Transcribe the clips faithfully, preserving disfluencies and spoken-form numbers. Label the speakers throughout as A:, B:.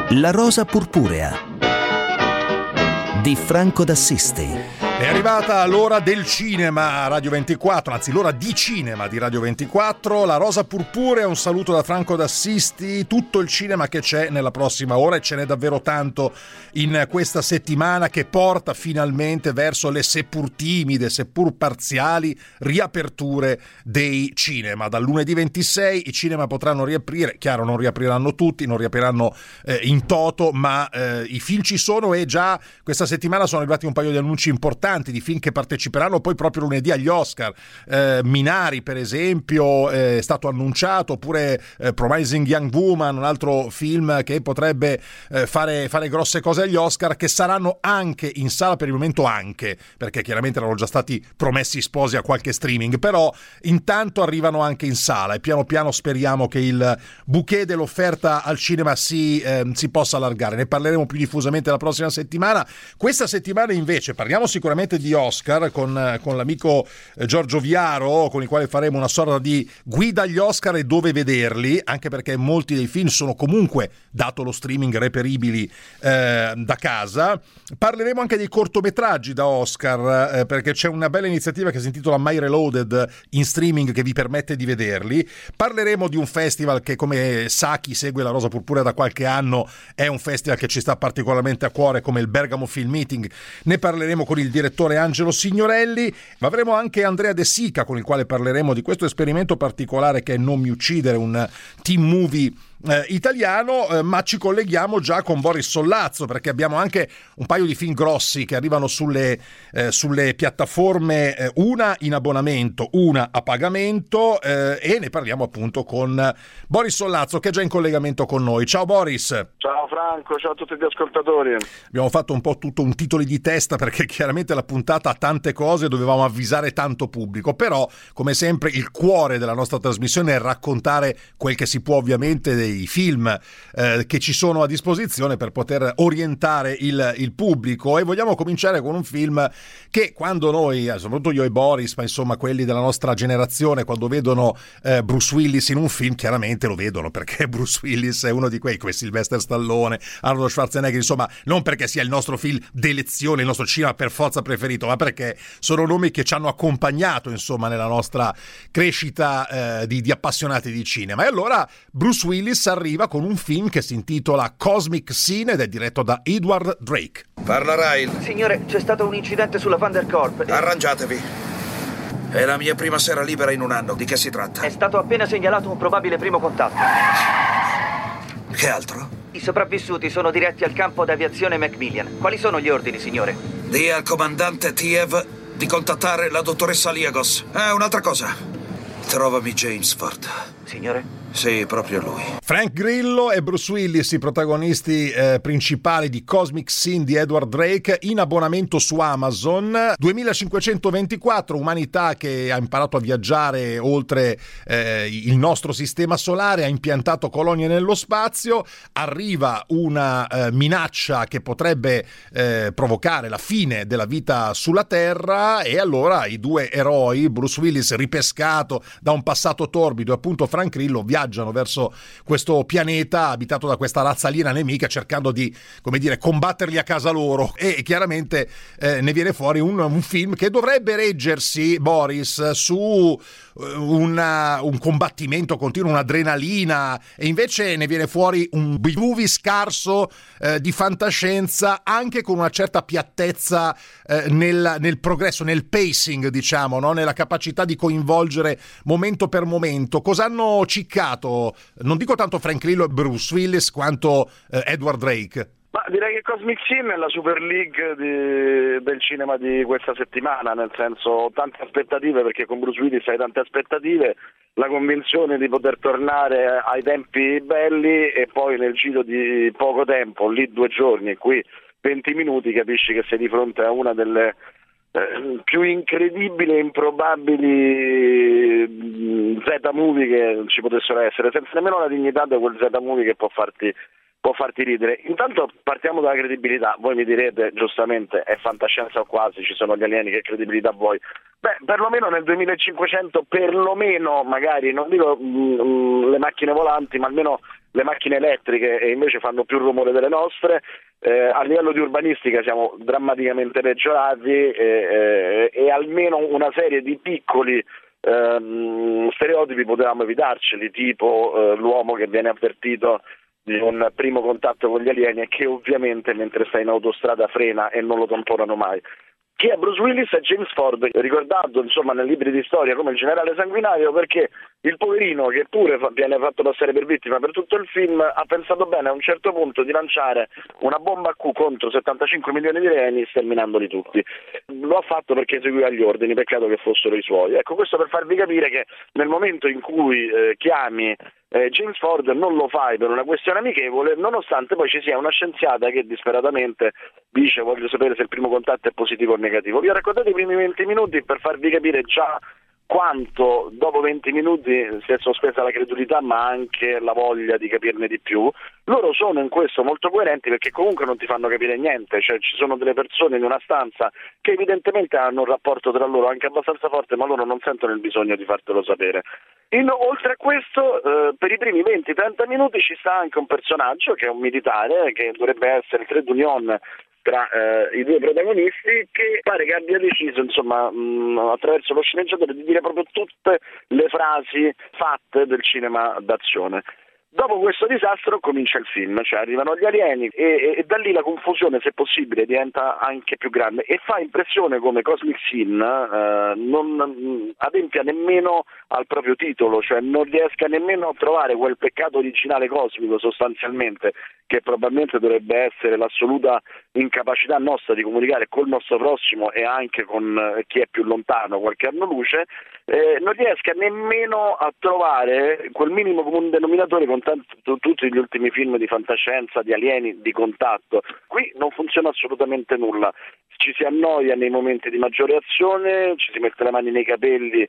A: La rosa purpurea di Franco d'Assisti.
B: È arrivata l'ora del cinema a Radio ventiquattro, anzi l'ora di cinema di Radio ventiquattro. La rosa purpurea, un saluto da Franco d'Assisti. Tutto il cinema che c'è nella prossima ora, e ce n'è davvero tanto in questa settimana, che porta finalmente verso le seppur timide, seppur parziali riaperture dei cinema. Dal lunedì ventisei i cinema potranno riaprire. Chiaro, non riapriranno tutti, non riapriranno eh, in toto, ma eh, i film ci sono, e già questa settimana sono arrivati un paio di annunci importanti di film che parteciperanno poi proprio lunedì agli Oscar. eh, Minari, per esempio, eh, è stato annunciato, oppure eh, Promising Young Woman, un altro film che potrebbe eh, fare, fare grosse cose agli Oscar, che saranno anche in sala, per il momento anche, perché chiaramente erano già stati promessi sposi a qualche streaming, però intanto arrivano anche in sala, e piano piano speriamo che il bouquet dell'offerta al cinema si, eh, si possa allargare. Ne parleremo più diffusamente la prossima settimana. Questa settimana invece parliamo sicuramente di Oscar con, con l'amico Giorgio Viaro, con il quale faremo una sorta di guida agli Oscar e dove vederli, anche perché molti dei film sono comunque, dato lo streaming, reperibili eh, da casa. Parleremo anche dei cortometraggi da Oscar, eh, perché c'è una bella iniziativa che si intitola My Reloaded in streaming, che vi permette di vederli. Parleremo di un festival che, come sa chi segue la Rosa Purpurea da qualche anno, è un festival che ci sta particolarmente a cuore, come il Bergamo Film Meeting. Ne parleremo con il direttore Angelo Signorelli, ma avremo anche Andrea De Sica, con il quale parleremo di questo esperimento particolare che è Non mi uccidere, un team movie Eh, italiano, eh, ma ci colleghiamo già con Boris Sollazzo, perché abbiamo anche un paio di film grossi che arrivano sulle, eh, sulle piattaforme, eh, una in abbonamento, una a pagamento, eh, e ne parliamo appunto con Boris Sollazzo, che è già in collegamento con noi. Ciao Boris.
C: Ciao Franco, ciao a tutti gli ascoltatori.
B: Abbiamo fatto un po' tutto un titolo di testa, perché chiaramente la puntata ha tante cose, dovevamo avvisare tanto pubblico, però come sempre il cuore della nostra trasmissione è raccontare quel che si può, ovviamente, dei i film eh, che ci sono a disposizione per poter orientare il, il pubblico. E vogliamo cominciare con un film che, quando noi, soprattutto io e Boris, ma insomma quelli della nostra generazione, quando vedono eh, Bruce Willis in un film, chiaramente lo vedono perché Bruce Willis è uno di quei, come Sylvester Stallone, Arnold Schwarzenegger, insomma, non perché sia il nostro film d'elezione, il nostro cinema per forza preferito, ma perché sono nomi che ci hanno accompagnato, insomma, nella nostra crescita eh, di, di appassionati di cinema. E allora Bruce Willis arriva con un film che si intitola Cosmic Scene ed è diretto da Edward Drake.
D: Parla Ryle.
E: Signore, c'è stato un incidente sulla Vandercorp. E...
D: Arrangiatevi. È la mia prima sera libera in un anno. Di che si tratta?
E: È stato appena segnalato un probabile primo contatto.
D: Che altro?
E: I sopravvissuti sono diretti al campo d'aviazione Macmillan. Quali sono gli ordini, signore?
D: Dì al comandante Tiev di contattare la dottoressa Liagos. Eh, un'altra cosa. Trovami James Ford.
E: Signore?
D: Sì, proprio lui.
B: Frank Grillo e Bruce Willis, i protagonisti eh, principali di Cosmic Scene di Edward Drake, in abbonamento su Amazon. duemilacinquecentoventiquattro, umanità che ha imparato a viaggiare oltre eh, il nostro sistema solare, ha impiantato colonie nello spazio, arriva una eh, minaccia che potrebbe eh, provocare la fine della vita sulla Terra, e allora i due eroi, Bruce Willis ripescato da un passato torbido, e appunto Frank Grillo, viaggiano verso questo pianeta abitato da questa razza aliena nemica, cercando di, come dire, combatterli a casa loro. E chiaramente eh, ne viene fuori un, un film che dovrebbe reggersi, Boris, su una, un combattimento continuo, un'adrenalina, e invece ne viene fuori un movie scarso eh, di fantascienza, anche con una certa piattezza eh, nel, nel progresso, nel pacing, diciamo, no? Nella capacità di coinvolgere momento per momento. Cosa hanno ciccato? Non dico tanto Frank Grillo e Bruce Willis quanto eh, Edward Drake.
C: Ma direi che Cosmic Scene è la Super League di, del cinema di questa settimana, nel senso, ho tante aspettative, perché con Bruce Willis hai tante aspettative, la convinzione di poter tornare ai tempi belli, e poi nel giro di poco tempo, lì due giorni, qui venti minuti, capisci che sei di fronte a una delle eh, più incredibili e improbabili Z-movie che ci potessero essere, senza nemmeno la dignità di quel Z-movie che può farti può farti ridere. Intanto partiamo dalla credibilità. Voi mi direte, giustamente, è fantascienza o quasi, ci sono gli alieni, che credibilità vuoi? Beh, perlomeno nel duemilacinquecento, perlomeno, magari, non dico mh, le macchine volanti, ma almeno le macchine elettriche, e invece fanno più rumore delle nostre. Eh, a livello di urbanistica siamo drammaticamente peggiorati, eh, eh, e almeno una serie di piccoli ehm, stereotipi potevamo evitarceli, tipo eh, l'uomo che viene avvertito di un primo contatto con gli alieni e che ovviamente mentre sta in autostrada frena e non lo tamponano mai. Chi è Bruce Willis è James Ford, ricordato insomma nei libri di storia come il generale sanguinario, perché il poverino, che pure fa, viene fatto passare per vittima per tutto il film, ha pensato bene a un certo punto di lanciare una bomba a Q contro settantacinque milioni di alieni, sterminandoli tutti. Lo ha fatto perché eseguiva gli ordini, peccato che fossero i suoi. Ecco, questo per farvi capire che nel momento in cui eh, chiami eh, James Ford non lo fai per una questione amichevole, nonostante poi ci sia una scienziata che disperatamente dice voglio sapere se il primo contatto è positivo o negativo. Vi ho raccontato i primi venti minuti per farvi capire già quanto dopo venti minuti si è sospesa la credulità, ma anche la voglia di capirne di più. Loro sono in questo molto coerenti, perché comunque non ti fanno capire niente, cioè ci sono delle persone in una stanza che evidentemente hanno un rapporto tra loro anche abbastanza forte, ma loro non sentono il bisogno di fartelo sapere. In, oltre a questo, eh, per i primi venti trenta minuti ci sta anche un personaggio che è un militare, che dovrebbe essere il trade union tra eh, i due protagonisti, che pare che abbia deciso, insomma, mh, attraverso lo sceneggiatore, di dire proprio tutte le frasi fatte del cinema d'azione. Dopo questo disastro comincia il film, cioè arrivano gli alieni e, e, e da lì la confusione, se possibile, diventa anche più grande, e fa impressione come Cosmic Sin eh, non mh, adempia nemmeno al proprio titolo, cioè non riesca nemmeno a trovare quel peccato originale cosmico, sostanzialmente, che probabilmente dovrebbe essere l'assoluta incapacità nostra di comunicare col nostro prossimo e anche con eh, chi è più lontano, qualche anno luce. Eh, non riesca nemmeno a trovare quel minimo comune denominatore con tanto, tutti gli ultimi film di fantascienza, di alieni, di contatto. Qui non funziona assolutamente nulla, ci si annoia nei momenti di maggiore azione, ci si mette le mani nei capelli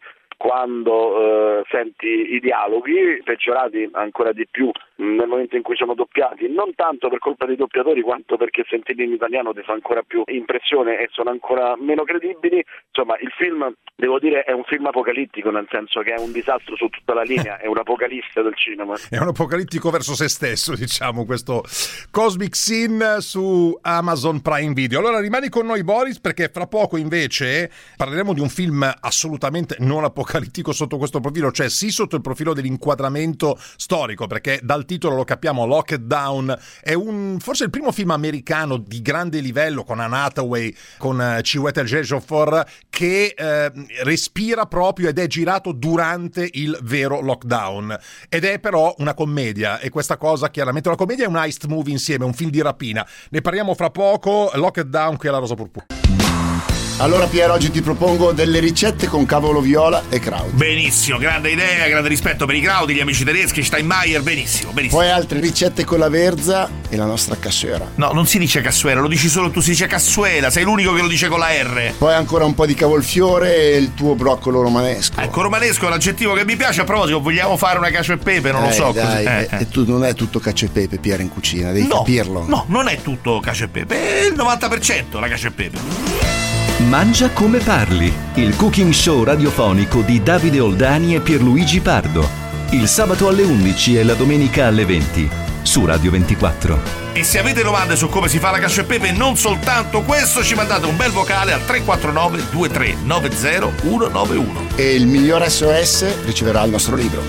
C: quando eh, senti i dialoghi, peggiorati ancora di più nel momento in cui sono doppiati, non tanto per colpa dei doppiatori quanto perché sentirli in italiano ti fa ancora più impressione e sono ancora meno credibili. Insomma, il film, devo dire, è un film apocalittico, nel senso che è un disastro su tutta la linea, è un apocalisse del cinema.
B: È un apocalittico verso se stesso, diciamo, questo Cosmic Sin su Amazon Prime Video. Allora rimani con noi, Boris, perché fra poco invece parleremo di un film assolutamente non apocalittico sotto questo profilo, cioè sì sotto il profilo dell'inquadramento storico, perché dal titolo lo capiamo, Lockdown è un forse il primo film americano di grande livello, con Anne Hathaway, con uh, Chiwetel Ejiofor, che eh, respira proprio ed è girato durante il vero lockdown, ed è però una commedia, e questa cosa chiaramente una commedia è un heist movie insieme, un film di rapina. Ne parliamo fra poco. Lockdown qui alla Rosa Purpura.
F: Allora Piero, oggi ti propongo delle ricette con cavolo viola e kraut.
G: Benissimo, grande idea, grande rispetto per i kraut, gli amici tedeschi, Steinmeier, benissimo, benissimo.
F: Poi altre ricette con la verza e la nostra cassuera.
G: No, non si dice cassuera, lo dici solo tu, si dice cassuela, sei l'unico che lo dice con la R.
F: Poi ancora un po' di cavolfiore e il tuo broccolo romanesco.
G: Ecco, romanesco è un aggettivo che mi piace. A proposito, vogliamo fare una cacio e pepe, non
F: eh,
G: lo so.
F: Dai,
G: così. Eh,
F: eh,
G: eh.
F: E tu non è tutto cacio e pepe, Piero, in cucina, devi
G: no,
F: capirlo.
G: No, non è tutto cacio e pepe, è il novanta per cento la cacio e pepe.
A: Mangia come parli, il cooking show radiofonico di Davide Oldani e Pierluigi Pardo. Il sabato alle undici e la domenica alle venti su Radio ventiquattro.
G: E se avete domande su come si fa la cacio e pepe e non soltanto questo, ci mandate un bel vocale al tre quattro nove due tre nove zero uno nove uno.
F: E il miglior S O S riceverà il nostro libro.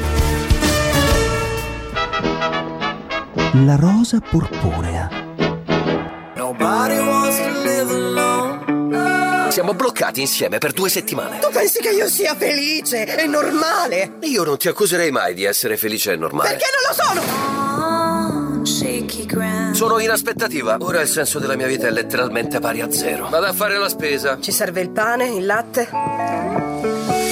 A: La rosa purpurea.
H: Nobody wants to live alone.
I: Siamo bloccati insieme per due settimane.
H: Tu pensi che io sia felice? È normale.
I: Io non ti accuserei mai di essere felice e normale.
H: Perché non lo sono?
I: Sono in aspettativa. Ora il senso della mia vita è letteralmente pari a zero. Vado a fare la spesa.
H: Ci serve il pane, il latte?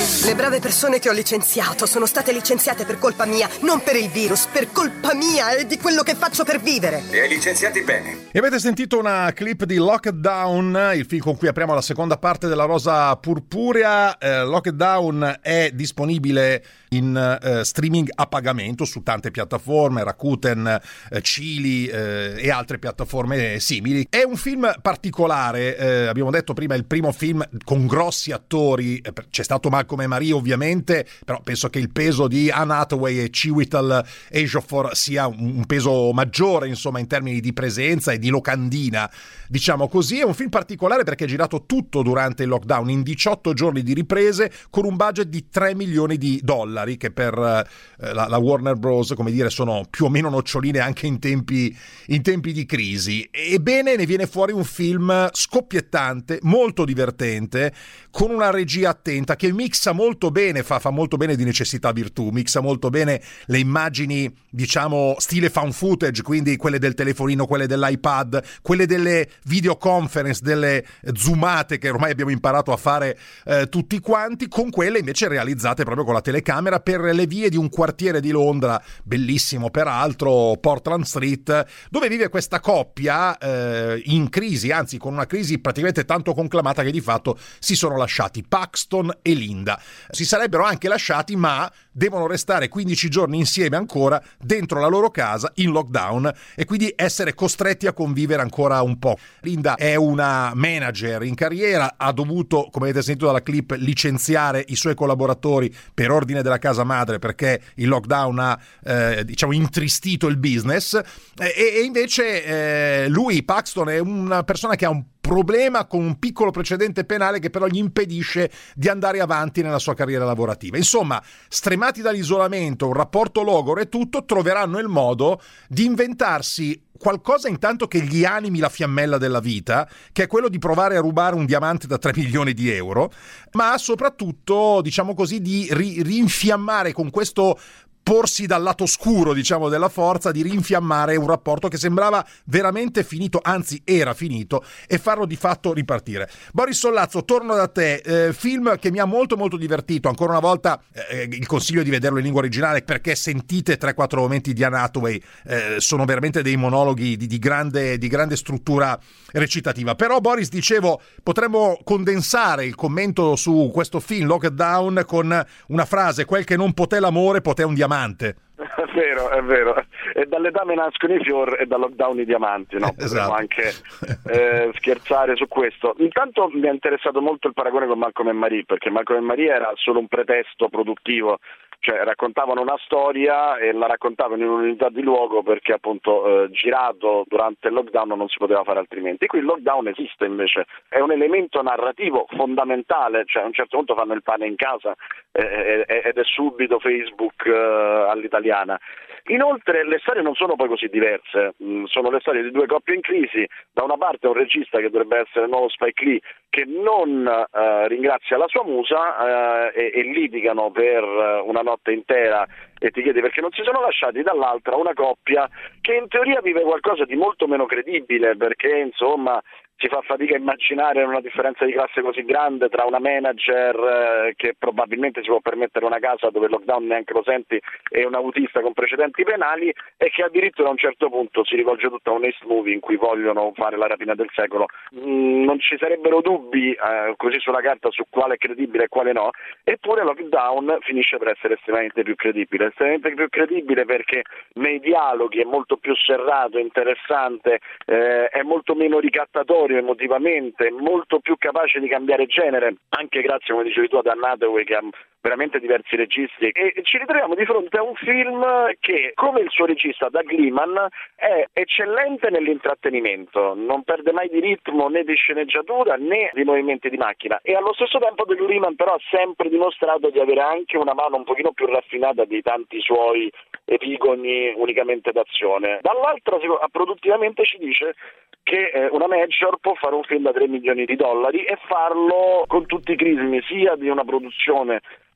H: Le brave persone che ho licenziato sono state licenziate per colpa mia, non per il virus, per colpa mia e di quello che faccio per vivere.
J: E hai licenziati bene.
B: E avete sentito una clip di Lockdown, il film con cui apriamo la seconda parte della Rosa Purpurea. eh, Lockdown è disponibile in eh, streaming a pagamento su tante piattaforme, Rakuten, eh, Cili eh, e altre piattaforme simili. È un film particolare, eh, abbiamo detto prima, è il primo film con grossi attori, eh, c'è stato Malcolm e Marie ovviamente, però penso che il peso di Anne Hathaway e Chiwetel Ejiofor sia un, un peso maggiore, insomma, in termini di presenza e di locandina, diciamo così. È un film particolare perché è girato tutto durante il lockdown, in diciotto giorni di riprese, con un budget di tre milioni di dollari, che per eh, la, la Warner Bros., come dire, sono più o meno noccioline anche in tempi, in tempi di crisi. Ebbene, ne viene fuori un film scoppiettante, molto divertente, con una regia attenta, che mixa molto bene, fa, fa molto bene di necessità virtù, mixa molto bene le immagini, diciamo, stile found footage, quindi quelle del telefonino, quelle dell'iPad, quelle delle videoconference, delle zoomate che ormai abbiamo imparato a fare eh, tutti quanti, con quelle invece realizzate proprio con la telecamera per le vie di un quartiere di Londra, bellissimo peraltro, Portland Street, dove vive questa coppia eh, in crisi, anzi con una crisi praticamente tanto conclamata che di fatto si sono lasciati, Paxton e Linda. Si sarebbero anche lasciati, ma devono restare quindici giorni insieme ancora dentro la loro casa in lockdown e quindi essere costretti a convivere ancora un po'. Linda è una manager in carriera, ha dovuto, come avete sentito dalla clip, licenziare i suoi collaboratori per ordine della casa madre perché il lockdown ha eh, diciamo intristito il business, e, e invece eh, lui, Paxton, è una persona che ha un problema con un piccolo precedente penale che però gli impedisce di andare avanti nella sua carriera lavorativa. Insomma, stremati dall'isolamento, un rapporto logoro e tutto, troveranno il modo di inventarsi qualcosa intanto che gli animi la fiammella della vita, che è quello di provare a rubare un diamante da tre milioni di euro, ma soprattutto, diciamo così, di ri- rinfiammare con questo porsi dal lato scuro, diciamo, della forza, di rinfiammare un rapporto che sembrava veramente finito, anzi era finito, e farlo di fatto ripartire. Boris Sollazzo, torno da te, eh, film che mi ha molto molto divertito, ancora una volta eh, il consiglio di vederlo in lingua originale, perché sentite tre quattro momenti di Anne Hathaway, eh, sono veramente dei monologhi di, di, grande, di grande struttura recitativa. Però Boris, dicevo, potremmo condensare il commento su questo film Lockdown con una frase: quel che non poté l'amore poté un diamante.
C: È vero, è vero. E dalle dame nascono i fior e dal lockdown i diamanti, no? Potremmo
B: esatto.
C: anche eh, scherzare su questo. Intanto mi è interessato molto il paragone con Malcolm e Marie, perché Malcolm e Marie era solo un pretesto produttivo, cioè raccontavano una storia e la raccontavano in un'unità di luogo perché appunto eh, girato durante il lockdown non si poteva fare altrimenti. Qui il lockdown esiste invece, è un elemento narrativo fondamentale, cioè a un certo punto fanno il pane in casa eh, ed è subito Facebook eh, all'italiana. Inoltre le storie non sono poi così diverse, mm, sono le storie di due coppie in crisi, da una parte un regista che dovrebbe essere il nuovo Spike Lee che non eh, ringrazia la sua musa eh, e, e litigano per una notte intera e ti chiedi perché non si sono lasciati, dall'altra una coppia che in teoria vive qualcosa di molto meno credibile, perché insomma si fa fatica a immaginare una differenza di classe così grande tra una manager eh, che probabilmente si può permettere una casa dove il lockdown neanche lo senti e un autista con precedenti penali, e che addirittura a un certo punto si rivolge tutta a un ace movie in cui vogliono fare la rapina del secolo. Mm, non ci sarebbero dubbi eh, così sulla carta su quale è credibile e quale no, eppure Lockdown finisce per essere estremamente più credibile, estremamente più credibile perché nei dialoghi è molto più serrato, interessante, eh, è molto meno ricattatorio emotivamente, molto più capace di cambiare genere, anche grazie, come dicevi tu, ad Anne Hathaway, che ha veramente diversi registi, e ci ritroviamo di fronte a un film che, come il suo regista Doug Liman, è eccellente nell'intrattenimento, non perde mai di ritmo né di sceneggiatura né di movimenti di macchina, e allo stesso tempo Doug Liman però ha sempre dimostrato di avere anche una mano un pochino più raffinata di tanti suoi epigoni unicamente d'azione. Dall'altra, produttivamente ci dice che eh, una major può fare un film da tre milioni di dollari e farlo con tutti i crismi sia di una produzione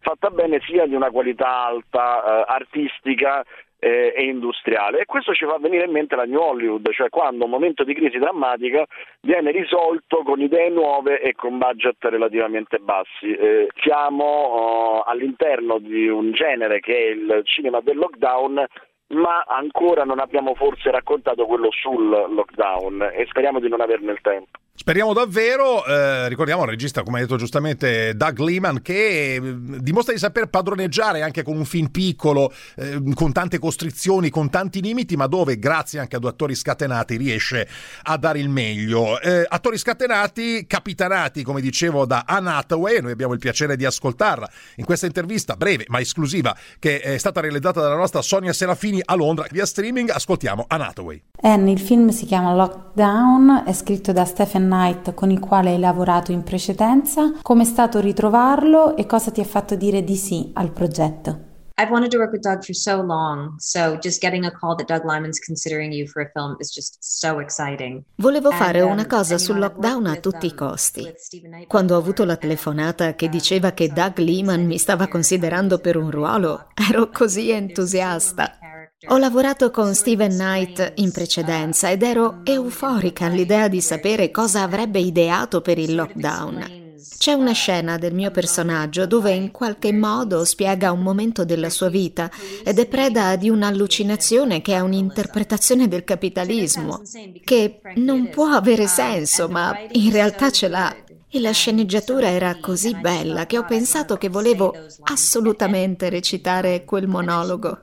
C: fatta bene, sia di una qualità alta, eh, artistica eh, e industriale. E questo ci fa venire in mente la New Hollywood, cioè quando un momento di crisi drammatica viene risolto con idee nuove e con budget relativamente bassi. Eh, siamo oh, all'interno di un genere che è il cinema del lockdown, ma ancora non abbiamo forse raccontato quello sul lockdown e speriamo di non averne il tempo.
B: Speriamo davvero, eh, ricordiamo il regista, come ha detto giustamente Doug Liman, che dimostra di saper padroneggiare anche con un film piccolo, eh, con tante costrizioni, con tanti limiti, ma dove grazie anche a due attori scatenati riesce a dare il meglio. Eh, attori scatenati, capitanati, come dicevo, da Anne Hathaway. Noi abbiamo il piacere di ascoltarla in questa intervista breve ma esclusiva che è stata realizzata dalla nostra Sonia Serafini a Londra via streaming. Ascoltiamo Anne Hathaway.
J: Anne, il film si chiama Lockdown, è scritto da Stephen Knight, con il quale hai lavorato in precedenza. Come è stato ritrovarlo e cosa ti ha fatto dire di sì al progetto?
K: I've wanted to work with Doug for so long, so just getting a call that Doug Liman's considering you for a film is just so exciting.
L: Volevo fare una cosa sul lockdown a tutti i costi. Quando ho avuto la telefonata che diceva che Doug Liman mi stava considerando per un ruolo, ero così entusiasta. Ho lavorato con Steven Knight in precedenza ed ero euforica all'idea di sapere cosa avrebbe ideato per il lockdown. C'è una scena del mio personaggio dove in qualche modo spiega un momento della sua vita ed è preda di un'allucinazione che è un'interpretazione del capitalismo, che non può avere senso, ma in realtà ce l'ha. E la sceneggiatura era così bella che ho pensato che volevo assolutamente recitare quel monologo.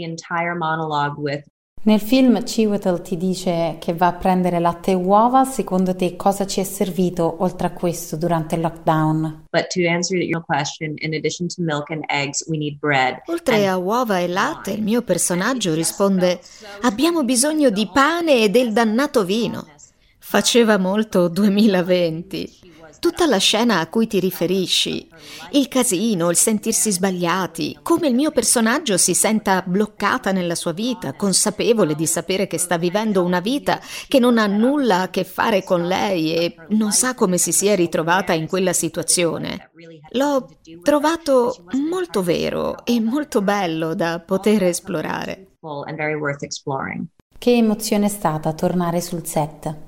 J: Nel film Chiwetel ti dice che va a prendere latte e uova. Secondo te cosa ci è servito oltre a questo durante il lockdown?
L: Oltre a uova e latte, il mio personaggio risponde: abbiamo bisogno di pane e del dannato vino. Faceva molto duemilaventi. Tutta la scena a cui ti riferisci, il casino, il sentirsi sbagliati, come il mio personaggio si senta bloccata nella sua vita, consapevole di sapere che sta vivendo una vita che non ha nulla a che fare con lei e non sa come si sia ritrovata in quella situazione. L'ho trovato molto vero e molto bello da poter esplorare.
J: Che emozione è stata tornare sul set?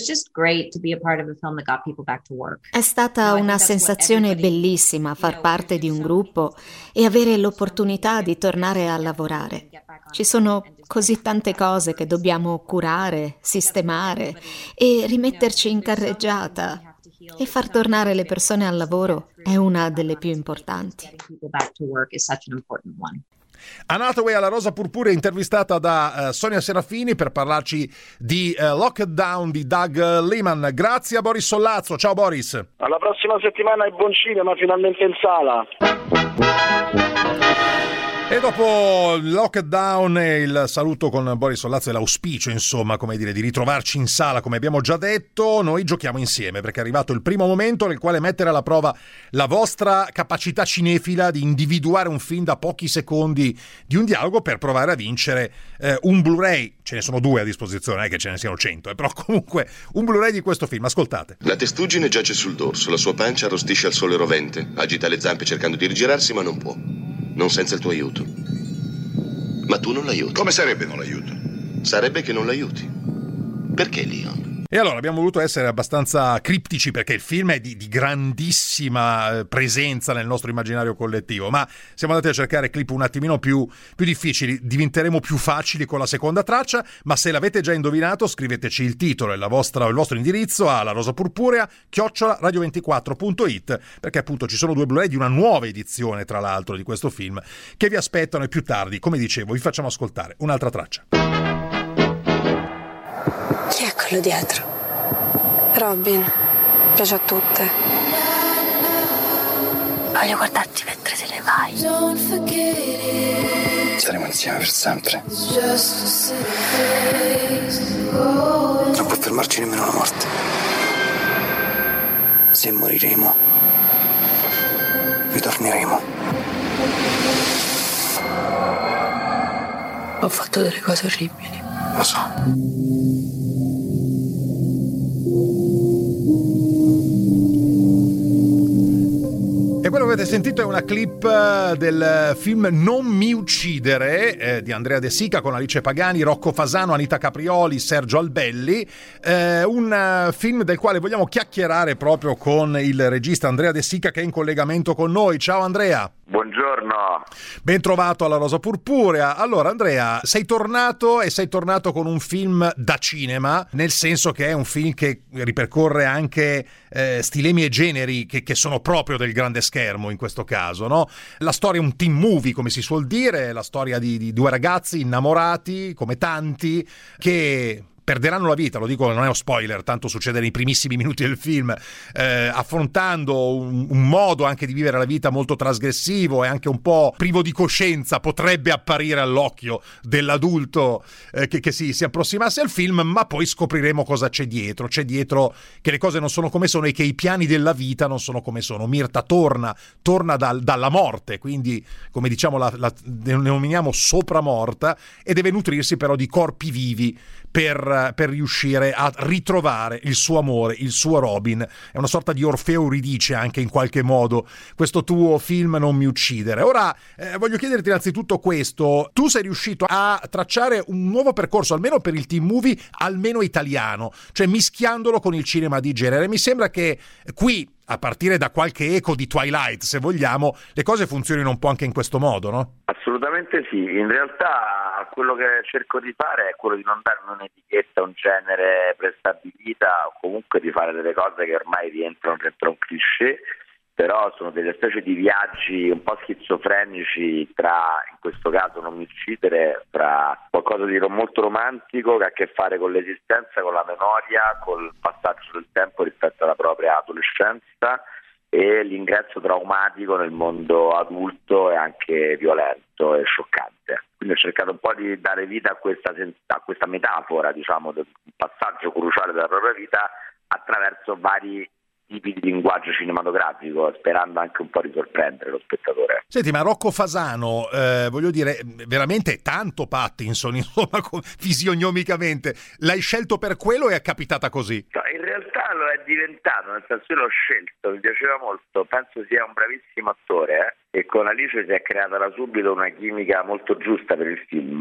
L: È stata una sensazione bellissima far parte di un gruppo e avere l'opportunità di tornare a lavorare. Ci sono così tante cose che dobbiamo curare, sistemare e rimetterci in carreggiata. E far tornare le persone al lavoro è una delle più importanti.
B: Anne Hathaway alla Rosa Purpurea, intervistata da uh, Sonia Serafini per parlarci di uh, Lockdown di Doug Liman. Grazie a Boris Sollazzo. Ciao Boris.
C: Alla prossima settimana e buon cinema finalmente in sala.
B: E dopo il lockdown e il saluto con Boris Sollazzo e l'auspicio, insomma, come dire, di ritrovarci in sala, come abbiamo già detto, noi giochiamo insieme, perché è arrivato il primo momento nel quale mettere alla prova la vostra capacità cinefila di individuare un film da pochi secondi di un dialogo per provare a vincere eh, un Blu-ray. Ce ne sono due a disposizione, non è che ce ne siano cento, eh, però comunque un Blu-ray di questo film. Ascoltate.
M: La testuggine giace sul dorso, la sua pancia arrostisce al sole rovente, agita le zampe cercando di rigirarsi ma non può. Non senza il tuo aiuto. Ma tu non l'aiuti.
N: Come sarebbe non l'aiuto?
M: Sarebbe che non l'aiuti. Perché, Leon?
B: E allora abbiamo voluto essere abbastanza criptici perché il film è di, di grandissima presenza nel nostro immaginario collettivo, ma siamo andati a cercare clip un attimino più, più difficili. Diventeremo più facili con la seconda traccia, ma se l'avete già indovinato scriveteci il titolo e la vostra, il vostro indirizzo alla rosa purpurea chiocciola radio ventiquattro punto it, perché appunto ci sono due Blu-ray di una nuova edizione, tra l'altro, di questo film che vi aspettano, e più tardi, come dicevo, vi facciamo ascoltare un'altra traccia.
O: Chi è quello dietro? Robin, piace a tutte. Voglio guardarti mentre te ne vai.
N: Saremo insieme per sempre. Non può fermarci nemmeno la morte. Se moriremo, ritorneremo.
O: Ho fatto delle cose orribili.
N: Lo so.
B: E quello che avete sentito è una clip del film Non mi uccidere eh, di Andrea De Sica con Alice Pagani, Rocco Fasano, Anita Caprioli, Sergio Albelli, eh, un film del quale vogliamo chiacchierare proprio con il regista Andrea De Sica che è in collegamento con noi. Ciao Andrea.
P: Buongiorno.
B: Ben trovato alla Rosa Purpurea. Allora Andrea, sei tornato e sei tornato con un film da cinema, nel senso che è un film che ripercorre anche eh, stilemi e generi che, che sono proprio del grande schermo in questo caso, no? La storia è un teen movie, come si suol dire, la storia di, di due ragazzi innamorati, come tanti, che perderanno la vita, lo dico, non è uno spoiler, tanto succede nei primissimi minuti del film, eh, affrontando un, un modo anche di vivere la vita molto trasgressivo e anche un po' privo di coscienza, potrebbe apparire all'occhio dell'adulto eh, che, che si, si approssimasse al film, ma poi scopriremo cosa c'è dietro. C'è dietro che le cose non sono come sono e che i piani della vita non sono come sono. Mirta torna, torna dal, dalla morte, quindi come diciamo la, la denominiamo sopramorta, e deve nutrirsi però di corpi vivi per, per riuscire a ritrovare il suo amore, il suo Robin. È una sorta di Orfeo Euridice anche in qualche modo questo tuo film Non mi uccidere. Ora eh, voglio chiederti innanzitutto questo: tu sei riuscito a tracciare un nuovo percorso, almeno per il teen movie, almeno italiano, cioè mischiandolo con il cinema di genere. Mi sembra che qui, a partire da qualche eco di Twilight, se vogliamo, le cose funzionino un po' anche in questo modo, no?
P: Assolutamente sì. In realtà quello che cerco di fare è quello di non dare un'etichetta, un genere prestabilita, o comunque di fare delle cose che ormai rientrano dentro un cliché, però sono delle specie di viaggi un po' schizofrenici tra, in questo caso Non mi uccidere, tra qualcosa di molto romantico che ha a che fare con l'esistenza, con la memoria, col passaggio del tempo rispetto alla propria adolescenza, e l'ingresso traumatico nel mondo adulto e anche violento e scioccante. Quindi ho cercato un po' di dare vita a questa, a questa metafora, diciamo, del passaggio cruciale della propria vita attraverso vari tipi di linguaggio cinematografico, sperando anche un po' di sorprendere lo spettatore.
B: Senti, ma Rocco Fasano, eh, voglio dire, veramente tanto Pattinson, insomma, fisionomicamente, l'hai scelto per quello o è capitata così?
P: No, in realtà lo è diventato, nel senso io l'ho scelto, mi piaceva molto, penso sia un bravissimo attore, eh, e con Alice si è creata da subito una chimica molto giusta per il film,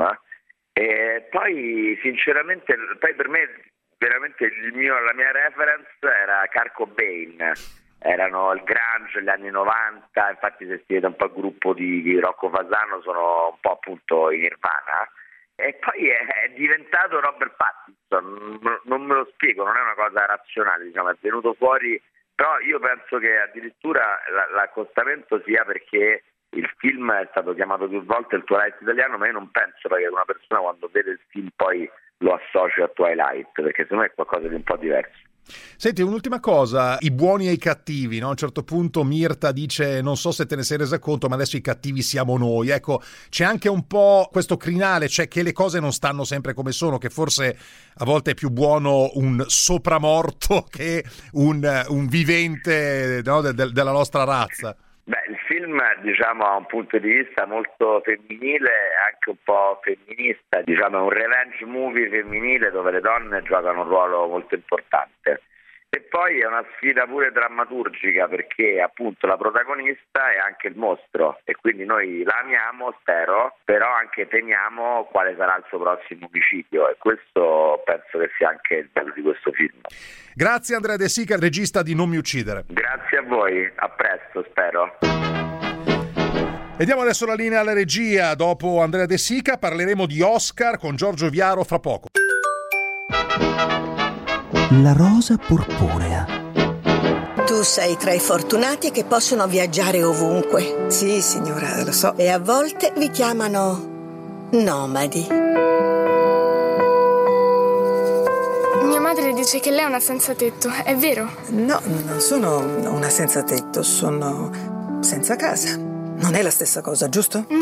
P: e poi sinceramente, poi per me veramente il mio, la mia reference era Kurt Cobain, erano il grunge, gli anni novanta, infatti se si vede un po' il gruppo di, di Rocco Fasano sono un po' appunto in Nirvana, e poi è, è diventato Robert Pattinson, non, non me lo spiego, non è una cosa razionale, diciamo, è venuto fuori, però io penso che addirittura l'accostamento sia perché il film è stato chiamato più volte il Twilight italiano, ma io non penso, perché una persona quando vede il film poi lo associo a Twilight, perché secondo me è qualcosa di un po' diverso.
B: Senti, un'ultima cosa, i buoni e i cattivi, no? A un certo punto Mirta dice, non so se te ne sei resa conto, ma adesso i cattivi siamo noi. Ecco, c'è anche un po' questo crinale, cioè che le cose non stanno sempre come sono, che forse a volte è più buono un sopramorto che un, un vivente, no? de- de- della nostra razza.
P: Beh, il film, diciamo, ha un punto di vista molto femminile e anche un po' femminista, diciamo, è un revenge movie femminile dove le donne giocano un ruolo molto importante. E poi è una sfida pure drammaturgica, perché appunto la protagonista è anche il mostro e quindi noi la amiamo, spero, però anche temiamo quale sarà il suo prossimo omicidio, e questo penso che sia anche il bello di questo film.
B: Grazie Andrea De Sica, regista di Non mi uccidere.
P: Grazie a voi, a presto, spero.
B: E diamo adesso la linea alla regia. Dopo Andrea De Sica parleremo di Oscar con Giorgio Viaro fra poco.
Q: La Rosa Purpurea.
H: Tu sei tra i fortunati che possono viaggiare ovunque.
O: Sì, signora, lo so.
H: E a volte vi chiamano nomadi.
R: Mia madre dice che lei è una senza tetto, è vero?
O: No, non sono una senza tetto, sono senza casa. Non è la stessa cosa, giusto?
R: No.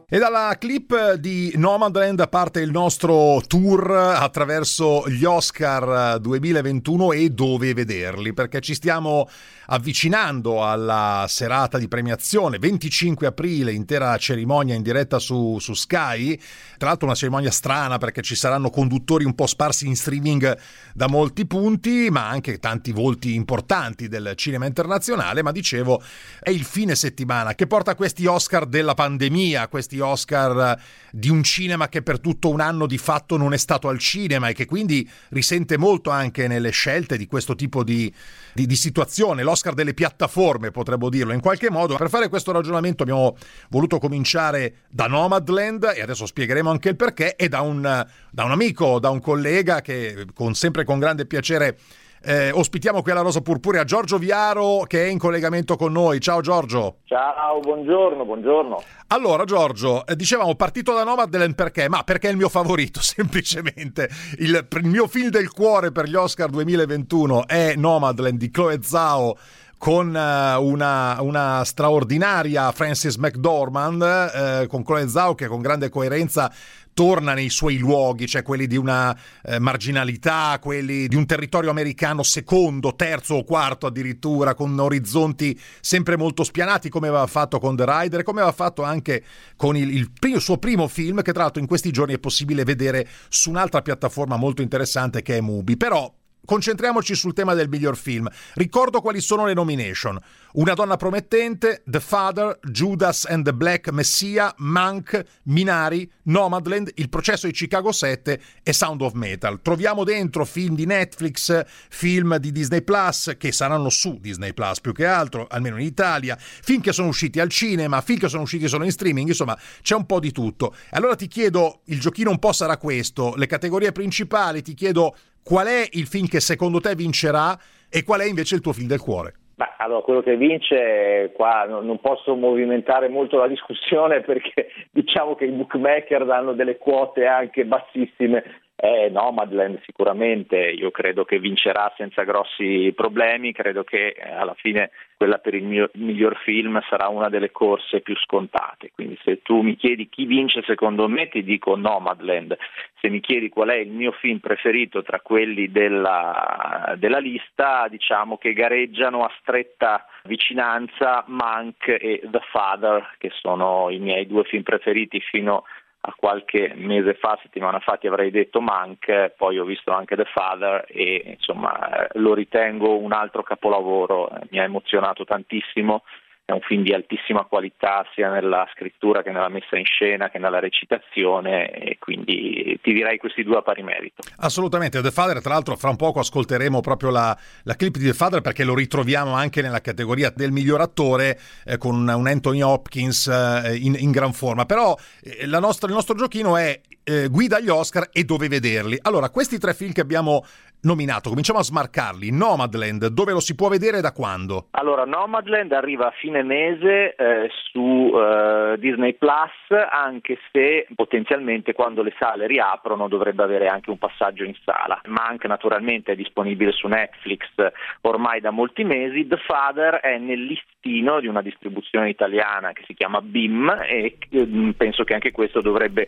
B: E dalla clip di Nomadland parte il nostro tour attraverso gli Oscar duemilaventuno e dove vederli, perché ci stiamo avvicinando alla serata di premiazione, venticinque aprile, intera cerimonia in diretta su, su Sky, tra l'altro una cerimonia strana perché ci saranno conduttori un po' sparsi in streaming da molti punti, ma anche tanti volti importanti del cinema internazionale, ma dicevo è il fine settimana che porta questi Oscar della pandemia, questi Oscar di un cinema che per tutto un anno di fatto non è stato al cinema e che quindi risente molto anche nelle scelte di questo tipo di, di, di situazione, l'Oscar delle piattaforme potremmo dirlo in qualche modo. Per fare questo ragionamento abbiamo voluto cominciare da Nomadland e adesso spiegheremo anche il perché, e da un, da un amico, da un collega che con, sempre con grande piacere Eh, ospitiamo qui alla Rosa Purpurea, Giorgio Viaro, che è in collegamento con noi. Ciao Giorgio.
S: Ciao, buongiorno, buongiorno.
B: Allora Giorgio, eh, dicevamo partito da Nomadland perché? Ma perché è il mio favorito, semplicemente. Il, il mio film del cuore per gli Oscar duemilaventuno è Nomadland di Chloe Zhao, con uh, una, una straordinaria Frances McDormand, eh, con Chloe Zhao che con grande coerenza torna nei suoi luoghi, cioè quelli di una eh, marginalità, quelli di un territorio americano secondo, terzo o quarto addirittura, con orizzonti sempre molto spianati, come aveva fatto con The Rider, come aveva fatto anche con il, il primo, suo primo film, che tra l'altro in questi giorni è possibile vedere su un'altra piattaforma molto interessante che è Mubi. Però concentriamoci sul tema del miglior film. Ricordo quali sono le nomination: Una donna promettente, The Father, Judas and the Black Messiah, Mank, Minari, Nomadland, Il processo di Chicago sette e Sound of Metal. Troviamo dentro film di Netflix, film di Disney Plus, che saranno su Disney Plus più che altro, almeno in Italia, film che sono usciti al cinema, film che sono usciti solo in streaming, insomma c'è un po' di tutto. Allora ti chiedo, il giochino un po' sarà questo, le categorie principali, ti chiedo qual è il film che secondo te vincerà e qual è invece il tuo film del cuore?
S: Beh, allora, quello che vince, qua non posso movimentare molto la discussione perché diciamo che i bookmaker danno delle quote anche bassissime. Eh, Nomadland sicuramente, io credo che vincerà senza grossi problemi, credo che eh, alla fine quella per il mio, miglior film sarà una delle corse più scontate, quindi se tu mi chiedi chi vince secondo me ti dico Nomadland, se mi chiedi qual è il mio film preferito tra quelli della, della lista, diciamo che gareggiano a stretta vicinanza Mank e The Father, che sono i miei due film preferiti fino a qualche mese fa, settimana fa ti avrei detto Mank, poi ho visto anche The Father e insomma lo ritengo un altro capolavoro, mi ha emozionato tantissimo, è un film di altissima qualità sia nella scrittura che nella messa in scena che nella recitazione e quindi ti direi questi due a pari merito.
B: Assolutamente, The Father, tra l'altro fra un poco ascolteremo proprio la, la clip di The Father perché lo ritroviamo anche nella categoria del miglior attore eh, con un Anthony Hopkins eh, in, in gran forma, però eh, la nostra, il nostro giochino è eh, guida agli Oscar e dove vederli. Allora, questi tre film che abbiamo nominato, cominciamo a smarcarli. Nomadland, dove lo si può vedere e da quando?
S: Allora, Nomadland arriva a fine mese eh, su eh, Disney Plus, anche se potenzialmente quando le sale riaprono dovrebbe avere anche un passaggio in sala. Mank naturalmente è disponibile su Netflix ormai da molti mesi. The Father è nel listino di una distribuzione italiana che si chiama B I M e eh, penso che anche questo dovrebbe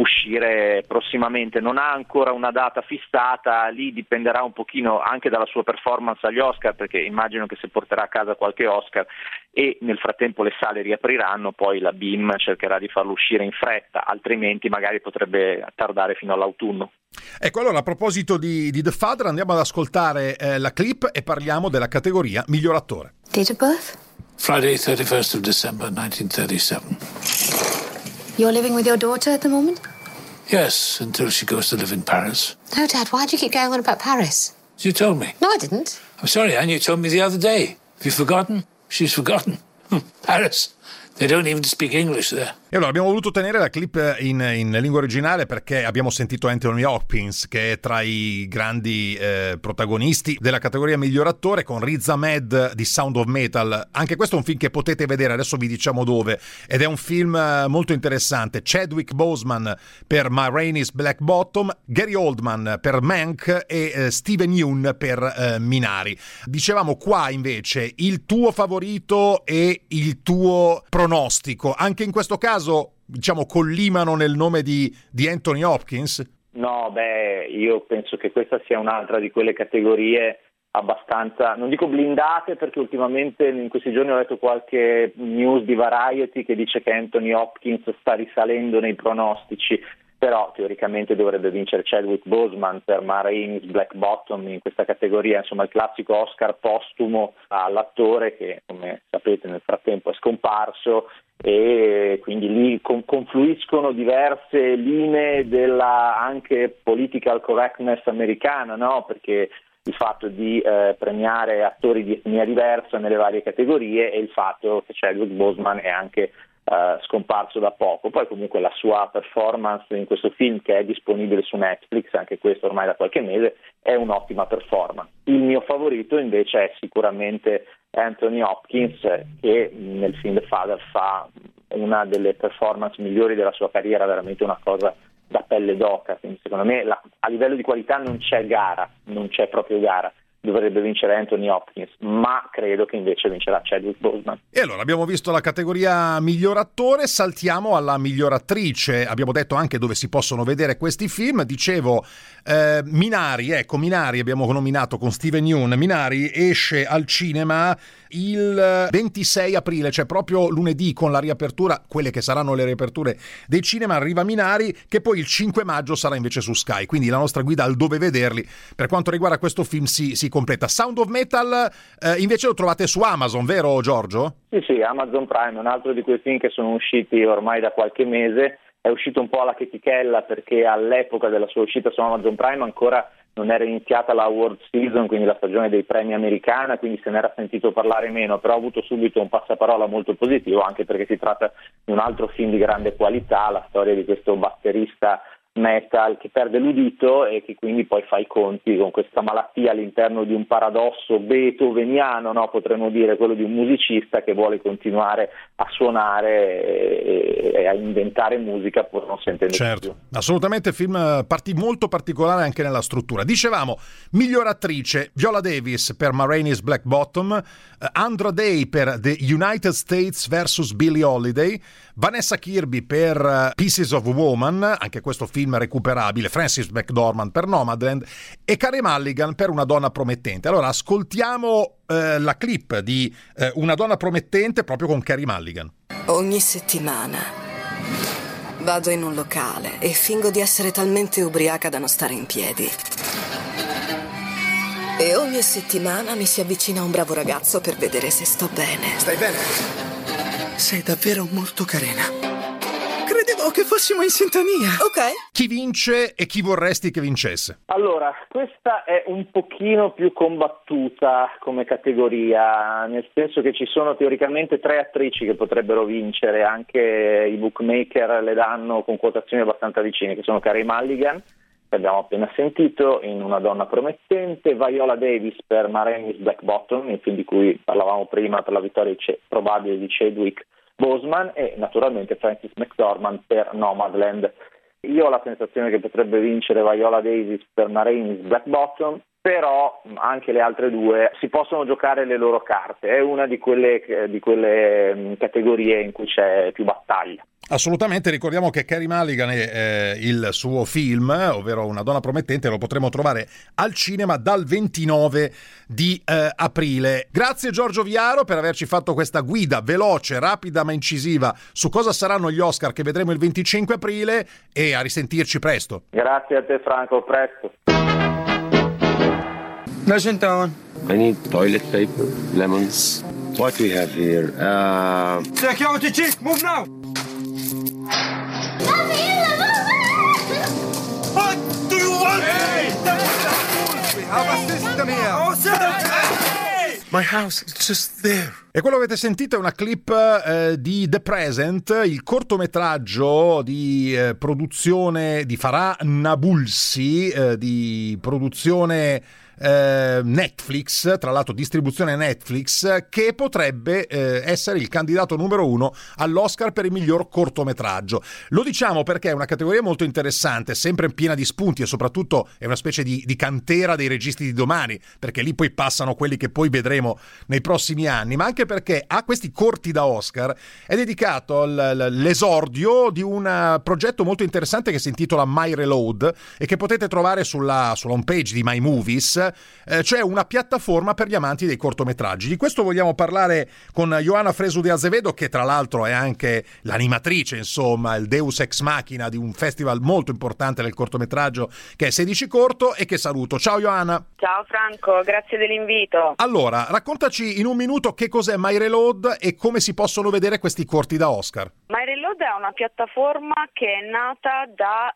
S: uscire prossimamente. Non ha ancora una data fissata, lì dipende dipenderà un pochino anche dalla sua performance agli Oscar, perché immagino che se porterà a casa qualche Oscar e nel frattempo le sale riapriranno, poi la B I M cercherà di farlo uscire in fretta, altrimenti magari potrebbe tardare fino all'autunno.
B: Ecco, allora a proposito di, di The Father andiamo ad ascoltare eh, la clip e parliamo della categoria miglior attore.
O: Date of birth?
T: Friday, thirty-first of December, nineteen thirty-seven.
O: You're living with your daughter at the moment?
T: Yes, until she goes to live in Paris.
O: No, Dad, why do you keep going on about Paris?
T: You told me.
O: No, I didn't.
T: I'm sorry, Anne, you told me the other day. Have you forgotten? She's forgotten. Paris. They don't even speak English there.
B: E allora abbiamo voluto tenere la clip in, in lingua originale perché abbiamo sentito Anthony Hopkins, che è tra i grandi eh, protagonisti della categoria miglior attore, con Riz Ahmed di Sound of Metal. Anche questo è un film che potete vedere, adesso vi diciamo dove, ed è un film molto interessante. Chadwick Boseman per Ma Rainey's Black Bottom, Gary Oldman per Mank e eh, Steven Yeun per eh, Minari. Dicevamo qua invece il tuo favorito e il tuo pronostico. Anche in questo caso diciamo, collimano nel nome di, di Anthony Hopkins?
S: No, beh, io penso che questa sia un'altra di quelle categorie abbastanza, non dico blindate, perché ultimamente in questi giorni ho letto qualche news di Variety che dice che Anthony Hopkins sta risalendo nei pronostici, però teoricamente dovrebbe vincere Chadwick Boseman per Ma Rainey's Black Bottom in questa categoria, insomma il classico Oscar postumo all'attore che, come sapete, nel frattempo è scomparso, e quindi lì confluiscono diverse linee della anche political correctness americana, no? Perché il fatto di eh, premiare attori di etnia diversa nelle varie categorie e il fatto che Chadwick Boseman è anche Uh, scomparso da poco. Poi comunque la sua performance in questo film, che è disponibile su Netflix, anche questo ormai da qualche mese, è un'ottima performance. Il mio favorito invece è sicuramente Anthony Hopkins, che nel film The Father fa una delle performance migliori della sua carriera, veramente una cosa da pelle d'oca. Quindi secondo me la, a livello di qualità non c'è gara, non c'è proprio gara. Dovrebbe vincere Anthony Hopkins, ma credo che invece vincerà Chadwick Boseman.
B: E allora abbiamo visto la categoria miglior attore, saltiamo alla miglior attrice. Abbiamo detto anche dove si possono vedere questi film. Dicevo, eh, Minari, ecco Minari abbiamo nominato con Steven Yeun. Minari esce al cinema il ventisei aprile, cioè proprio lunedì, con la riapertura, quelle che saranno le riaperture dei cinema. Arriva Minari, che poi il cinque maggio sarà invece su Sky, quindi la nostra guida al dove vederli per quanto riguarda questo film si, si completa. Sound of Metal eh, invece lo trovate su Amazon, vero Giorgio?
S: Sì, sì, Amazon Prime è un altro di quei film che sono usciti ormai da qualche mese. È uscito un po' alla chetichella, perché all'epoca della sua uscita su Amazon Prime ancora non era iniziata la award season, quindi la stagione dei premi americana, quindi se ne era sentito parlare meno, però ha avuto subito un passaparola molto positivo, anche perché si tratta di un altro film di grande qualità, la storia di questo batterista metal che perde l'udito e che quindi poi fa i conti con questa malattia all'interno di un paradosso beethoveniano, no? Potremmo dire, quello di un musicista che vuole continuare a suonare e, e a inventare musica pur non sentendo
B: certo,
S: più.
B: Assolutamente film parti molto particolare anche nella struttura. Dicevamo, miglior attrice Viola Davis per Ma Rainey's Black Bottom, uh, Andra Day per The United States versus Billie Holiday, Vanessa Kirby per uh, Pieces of a Woman, anche questo film recuperabile, Frances McDormand per Nomadland e Carey Mulligan per Una donna promettente. Allora ascoltiamo eh, la clip di eh, Una donna promettente proprio con Carey Mulligan.
O: Ogni settimana vado in un locale e fingo di essere talmente ubriaca da non stare in piedi. E ogni settimana mi si avvicina un bravo ragazzo per vedere se sto bene.
N: Stai bene? Sei davvero molto carina. Credevo che fossimo in sintonia.
O: Ok.
B: Chi vince e chi vorresti che vincesse?
S: Allora, questa è un pochino più combattuta come categoria, nel senso che ci sono teoricamente tre attrici che potrebbero vincere, anche i bookmaker le danno con quotazioni abbastanza vicine, che sono Carey Mulligan, che abbiamo appena sentito, in Una donna promettente, Viola Davis per Ma Rainey's Black Bottom, il film di cui parlavamo prima per la vittoria probabile di Chadwick Boseman, e naturalmente Frances McDormand per Nomadland. Io ho la sensazione che potrebbe vincere Viola Davis per Ma Rainey's Black Bottom, però anche le altre due si possono giocare le loro carte, è una di quelle, di quelle categorie in cui c'è più battaglia.
B: Assolutamente, ricordiamo che Carey Mulligan è eh, il suo film, ovvero Una donna promettente, lo potremo trovare al cinema dal ventinove di eh, aprile. Grazie Giorgio Viaro per averci fatto questa guida veloce, rapida ma incisiva su cosa saranno gli Oscar che vedremo il venticinque aprile, e a risentirci presto.
S: Grazie a te Franco, presto.
N: Listen down.
U: I need toilet paper, lemons. What do we have here? Uh...
N: Security chief, move now! What do you want? Hey! We have a system here. Oh, hey! My house is just there.
B: E quello che avete sentito è una clip eh, di The Present, il cortometraggio di eh, produzione di Farah Nabulsi, eh, di produzione eh, Netflix, tra l'altro distribuzione Netflix, che potrebbe eh, essere il candidato numero uno all'Oscar per il miglior cortometraggio. Lo diciamo perché è una categoria molto interessante, sempre piena di spunti e soprattutto è una specie di, di cantera dei registi di domani, perché lì poi passano quelli che poi vedremo nei prossimi anni, ma anche perché a questi corti da Oscar è dedicato l- l'esordio di un progetto molto interessante che si intitola My Reload e che potete trovare sulla, sulla home page di My Movies, eh, cioè una piattaforma per gli amanti dei cortometraggi. Di questo vogliamo parlare con Joana Fresu de Azevedo, che tra l'altro è anche l'animatrice, insomma, il Deus Ex Machina di un festival molto importante del cortometraggio che è sedici Corto, e che saluto. Ciao Joana.
E: Ciao Franco, grazie dell'invito.
B: Allora, raccontaci in un minuto che cos'è My Reload e come si possono vedere questi corti da Oscar.
E: My Reload è una piattaforma che è nata da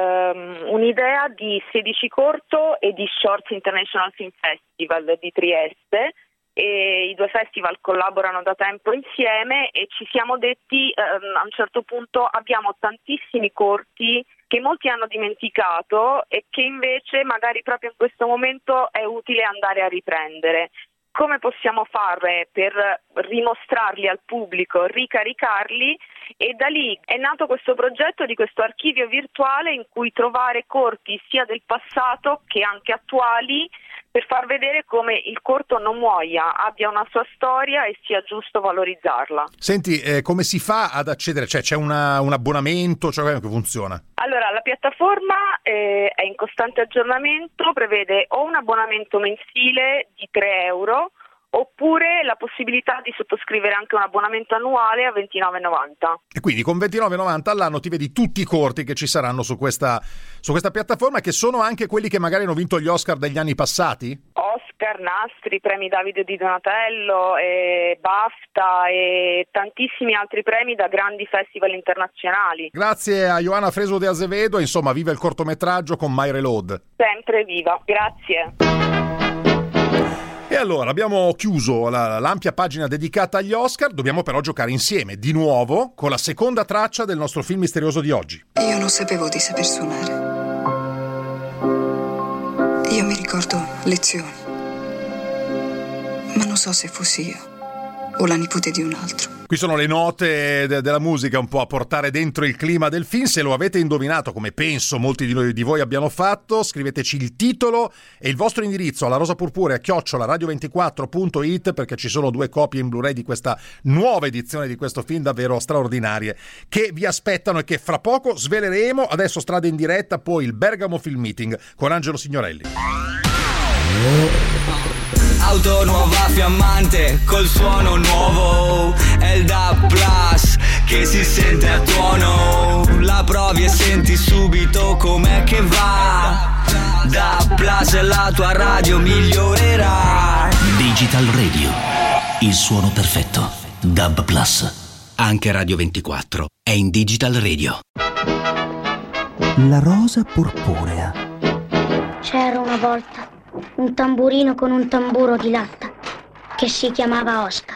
E: ehm, un'idea di sedici Corto e di Shorts International Film Festival di Trieste, e i due festival collaborano da tempo insieme e ci siamo detti ehm, a un certo punto abbiamo tantissimi corti che molti hanno dimenticato e che invece magari proprio in questo momento è utile andare a riprendere. Come possiamo fare per rimostrarli al pubblico, ricaricarli? E da lì è nato questo progetto di questo archivio virtuale in cui trovare corti sia del passato che anche attuali, per far vedere come il corto non muoia, abbia una sua storia e sia giusto valorizzarla.
B: Senti, eh, come si fa ad accedere? Cioè c'è una, un abbonamento? Cioè come funziona?
E: Allora, la piattaforma eh, è in costante aggiornamento, prevede o un abbonamento mensile di tre euro oppure la possibilità di sottoscrivere anche un abbonamento annuale a ventinove e novanta.
B: E quindi con ventinove e novanta all'anno ti vedi tutti i corti che ci saranno su questa, su questa piattaforma, che sono anche quelli che magari hanno vinto gli Oscar degli anni passati?
E: Oscar, Nastri, premi Davide di Donatello, e BAFTA e tantissimi altri premi da grandi festival internazionali.
B: Grazie a Joana Fresu de Azevedo, insomma, viva il cortometraggio con My Reload.
E: Sempre viva, grazie.
B: E allora abbiamo chiuso la, l'ampia pagina dedicata agli Oscar, dobbiamo però giocare insieme di nuovo con la seconda traccia del nostro film misterioso di oggi.
V: Io non sapevo di saper suonare. Io mi ricordo lezioni, ma non so se fossi io o la nipote di un altro.
B: Qui sono le note de- della musica un po' a portare dentro il clima del film. Se lo avete indovinato, come penso molti di, noi, di voi abbiano fatto, scriveteci il titolo e il vostro indirizzo alla rosapurpurea chiocciola radio ventiquattro punto it, perché ci sono due copie in Blu-ray di questa nuova edizione di questo film davvero straordinarie che vi aspettano e che fra poco sveleremo. Adesso strada in diretta, poi il Bergamo Film Meeting con Angelo Signorelli.
W: Auto nuova fiammante col suono nuovo, è il D A B Plus che si sente a tuono. La provi e senti subito com'è che va. D A B Plus e la tua radio migliorerà.
Q: Digital Radio, il suono perfetto. D A B Plus. Anche Radio ventiquattro è in Digital Radio. La rosa purpurea.
X: C'era una volta un tamburino con un tamburo di latta che si chiamava Oscar.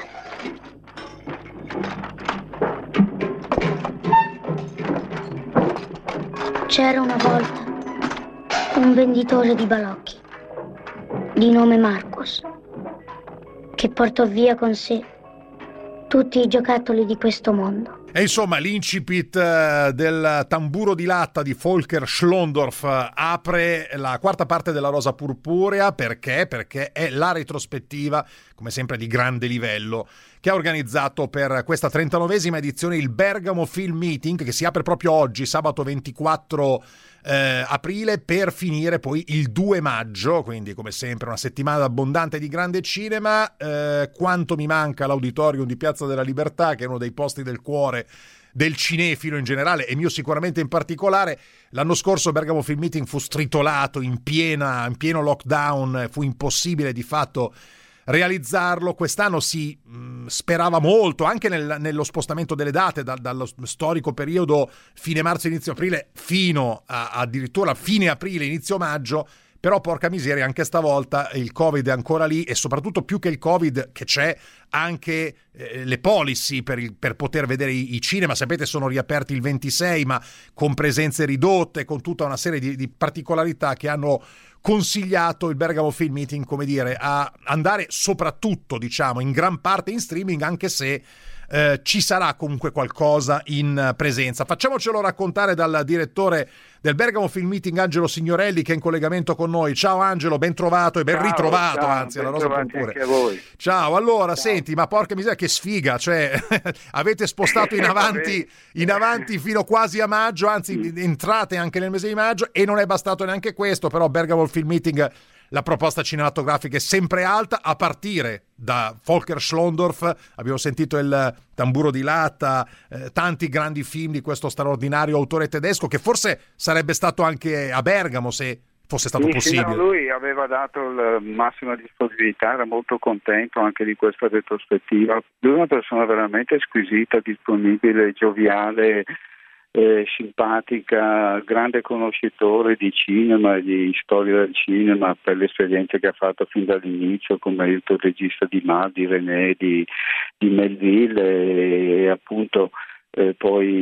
X: C'era una volta un venditore di balocchi di nome Marcos che portò via con sé tutti i giocattoli di questo mondo.
B: E insomma l'incipit del tamburo di latta di Volker Schlondorf apre la quarta parte della Rosa Purpurea. Perché? Perché è la retrospettiva, come sempre di grande livello, che ha organizzato per questa trentanovesima edizione il Bergamo Film Meeting, che si apre proprio oggi, sabato ventiquattro eh, aprile, per finire poi il due maggio, quindi come sempre una settimana abbondante di grande cinema. Eh, quanto mi manca l'auditorium di Piazza della Libertà, che è uno dei posti del cuore del cinefilo in generale e mio sicuramente in particolare. L'anno scorso Bergamo Film Meeting fu stritolato in piena in pieno lockdown, fu impossibile di fatto realizzarlo. Quest'anno si mh, sperava molto anche nel, nello spostamento delle date da, dallo storico periodo fine marzo inizio aprile fino a addirittura fine aprile inizio maggio, però porca miseria, anche stavolta il Covid è ancora lì, e soprattutto più che il Covid che c'è anche eh, le policy per, il, per poter vedere i, i cinema. Sapete, sono riaperti il ventisei, ma con presenze ridotte, con tutta una serie di, di particolarità che hanno consigliato il Bergamo Film Meeting, come dire, a andare soprattutto, diciamo, in gran parte in streaming, anche se eh, ci sarà comunque qualcosa in presenza. Facciamocelo raccontare dal direttore del Bergamo Film Meeting, Angelo Signorelli, che è in collegamento con noi. Ciao Angelo, ben trovato e ben ciao, ritrovato, ciao, anzi, alla Rosa Purpurea.
A: Anche a voi.
B: Ciao, allora, ciao. Senti, ma porca miseria, che sfiga, cioè avete spostato in avanti, in avanti fino quasi a maggio, anzi mm. entrate anche nel mese di maggio, e non è bastato neanche questo, però Bergamo Film Meeting, la proposta cinematografica è sempre alta, a partire da Volker Schlondorf, abbiamo sentito il Tamburo di latta, eh, tanti grandi film di questo straordinario autore tedesco, che forse sarebbe stato anche a Bergamo se fosse stato
A: sì,
B: possibile.
A: Sì, no, lui aveva dato la massima disponibilità, era molto contento anche di questa retrospettiva. Lui è una persona veramente squisita, disponibile, gioviale, Eh, simpatica, grande conoscitore di cinema e di storia del cinema per l'esperienza che ha fatto fin dall'inizio come il regista di Mal, di René, di, di Melville e, e appunto eh,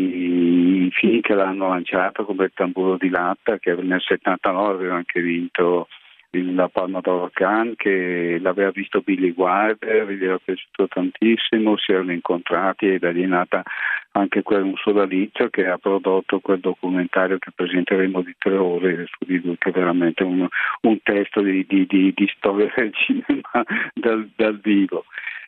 A: poi i film che l'hanno lanciato come il Tamburo di latta, che nel settantanove aveva anche vinto la Palma d'Oro Cannes, che l'aveva visto Billy Wilder, gli era piaciuto tantissimo, si erano incontrati e da lì è nata anche quel Un sodalizio, che ha prodotto quel documentario che presenteremo di tre ore su di lui, che è veramente un, un testo di, di, di, di storia del cinema dal, dal vivo.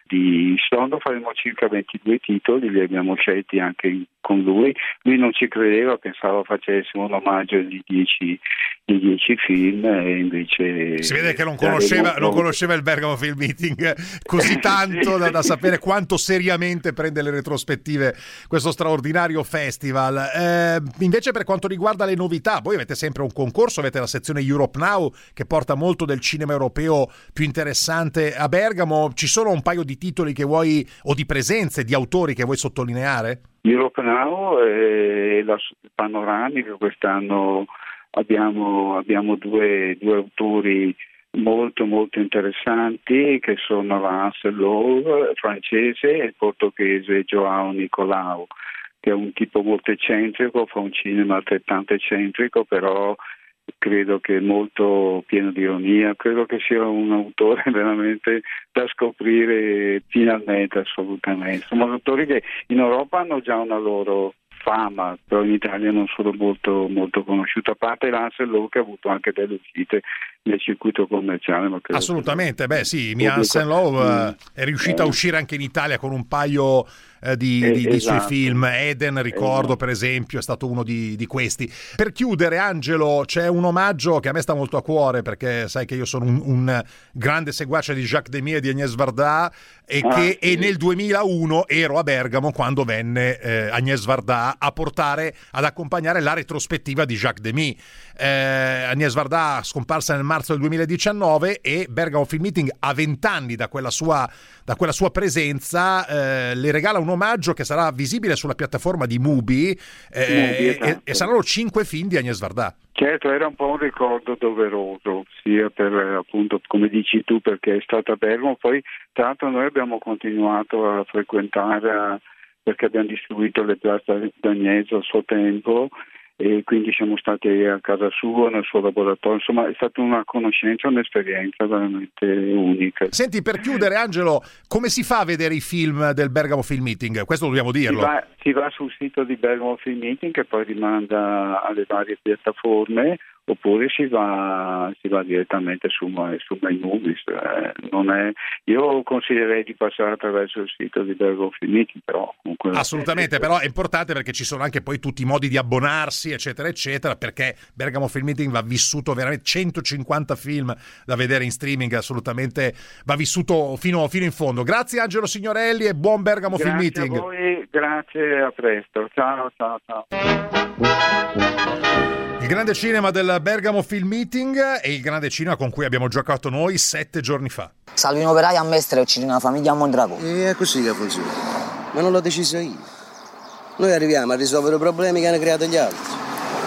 A: Di Stondo faremo circa ventidue titoli, li abbiamo scelti anche con lui. Lui non ci credeva, pensava facessimo un omaggio di dieci, di dieci film, e invece
B: si vede che non conosceva, non conosceva il Bergamo Film Meeting così tanto da, da sapere quanto seriamente prende le retrospettive questo straordinario festival. Eh, invece per quanto riguarda le novità, voi avete sempre un concorso, avete la sezione Europe Now che porta molto del cinema europeo più interessante a Bergamo. Ci sono un paio di titoli che vuoi, o di presenze di autori che vuoi sottolineare?
A: Europe Now e la panoramica. Quest'anno abbiamo, abbiamo due, due autori molto molto interessanti, che sono la Hansel francese e il portoghese João Nicolau, che è un tipo molto eccentrico, fa un cinema altrettanto eccentrico, però credo che molto pieno di ironia. Credo che sia un autore veramente da scoprire finalmente, assolutamente. Sono autori che in Europa hanno già una loro fama, però in Italia non sono molto molto conosciuti, a parte l'Hansen che ha avuto anche delle uscite nel circuito commerciale. Ma
B: assolutamente, beh sì, Mia Hansen Lowe mm. è riuscita eh. a uscire anche in Italia con un paio eh, di, eh, di, di esatto. suoi film. Eden, ricordo, esatto. per esempio, è stato uno di, di questi. Per chiudere, Angelo, c'è un omaggio che a me sta molto a cuore, perché sai che io sono un, un grande seguace di Jacques Demy e di Agnès Varda, e ah, che sì. e nel duemilauno ero a Bergamo quando venne eh, Agnès Varda a portare, ad accompagnare la retrospettiva di Jacques Demy. Eh, Agnès Varda scomparsa nel marzo del duemiladiciannove, e Bergamo Film Meeting a vent'anni da quella sua, da quella sua presenza eh, le regala un omaggio che sarà visibile sulla piattaforma di Mubi, eh,
A: Mubi esatto.
B: e, e saranno cinque film di Agnès Varda.
A: Certo, era un po' un ricordo doveroso, sia per, appunto, come dici tu, perché è stata a Bergamo. Poi tra l'altro noi abbiamo continuato a frequentare, perché abbiamo distribuito le piazze d'Agnès al suo tempo, e quindi siamo stati a casa sua, nel suo laboratorio. Insomma, è stata una conoscenza, un'esperienza veramente unica.
B: Senti, per chiudere, Angelo, come si fa a vedere i film del Bergamo Film Meeting? Questo dobbiamo dirlo.
A: Si va, si va sul sito di Bergamo Film Meeting, che poi rimanda alle varie piattaforme, oppure si va, si va direttamente su, su My Movies. Eh, non è, io consiglierei di passare attraverso il sito di Bergamo Film Meeting, però comunque
B: assolutamente, però è importante, perché ci sono anche poi tutti i modi di abbonarsi, eccetera eccetera, perché Bergamo Film Meeting va vissuto veramente, centocinquanta film da vedere in streaming, assolutamente va vissuto fino, fino in fondo. Grazie Angelo Signorelli e buon Bergamo
A: grazie
B: Film Meeting.
A: A voi, grazie, a presto, ciao ciao ciao.
B: Il grande cinema del Bergamo Film Meeting è il grande cinema con cui abbiamo giocato noi sette giorni fa.
D: Salvi un operaio a Mestre e uccidi una famiglia a Mondragone.
F: E è così che funziona. Ma non l'ho deciso io. Noi arriviamo a risolvere i problemi che hanno creato gli altri.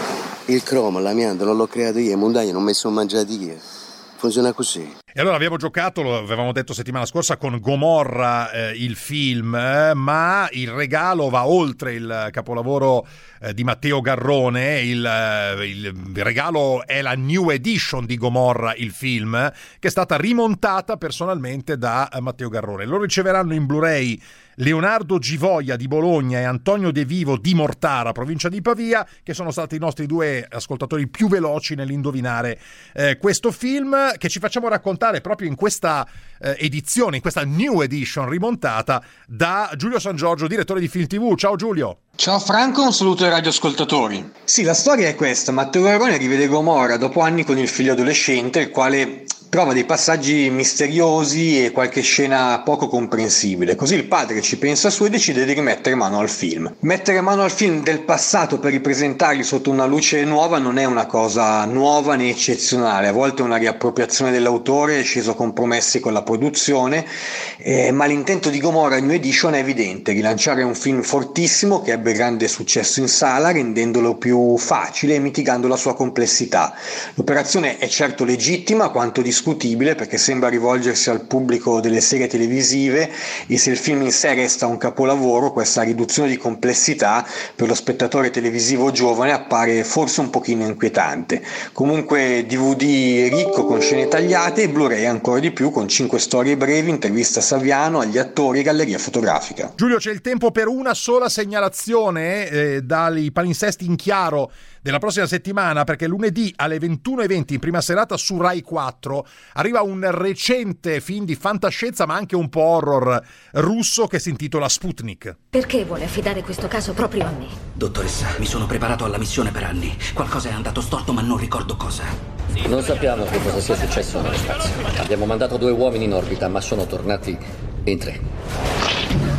F: Il cromo, l'amianto non l'ho creato io, le montagne non me sono mangiate io. Funziona così.
B: E allora abbiamo giocato, lo avevamo detto settimana scorsa, con Gomorra, eh, il film, eh, ma il regalo va oltre il capolavoro eh, di Matteo Garrone. Il, eh, il, il regalo è la new edition di Gomorra, il film, che è stata rimontata personalmente da eh, Matteo Garrone. Lo riceveranno in Blu-ray Leonardo Givoia di Bologna e Antonio De Vivo di Mortara, provincia di Pavia, che sono stati i nostri due ascoltatori più veloci nell'indovinare eh, questo film, che ci facciamo raccontare proprio in questa eh, edizione, in questa new edition rimontata da Giulio San Giorgio, direttore di Film tivù. Ciao Giulio.
G: Ciao Franco, un saluto ai radioascoltatori. Sì, la storia è questa. Matteo Garrone rivede Gomorra dopo anni con il figlio adolescente, il quale trova dei passaggi misteriosi e qualche scena poco comprensibile. Così il padre ci pensa su e decide di rimettere mano al film. Mettere mano al film del passato per ripresentarli sotto una luce nuova non è una cosa nuova né eccezionale. A volte è una riappropriazione dell'autore sceso a compromessi con la produzione, eh, ma l'intento di Gomorra New Edition è evidente: rilanciare un film fortissimo che ebbe grande successo in sala, rendendolo più facile e mitigando la sua complessità. L'operazione è certo legittima quanto discutibile, perché sembra rivolgersi al pubblico delle serie televisive, e se il film in sé resta un capolavoro, questa riduzione di complessità per lo spettatore televisivo giovane appare forse un pochino inquietante. Comunque D V D ricco con scene tagliate e Blu-ray ancora di più con cinque storie brevi, intervista a Saviano, agli attori e galleria fotografica.
B: Giulio, c'è il tempo per una sola segnalazione eh, dai palinsesti in chiaro della prossima settimana, perché lunedì alle ventuno e venti in prima serata su Rai quattro arriva un recente film di fantascienza ma anche un po' horror russo che si intitola Sputnik.
I: Perché vuole affidare questo caso proprio a me?
Q: Dottoressa, mi sono preparato alla missione per anni. Qualcosa è andato storto ma non ricordo cosa.
J: Non sappiamo che cosa sia successo nello spazio. Abbiamo mandato due uomini in orbita ma sono tornati in tre.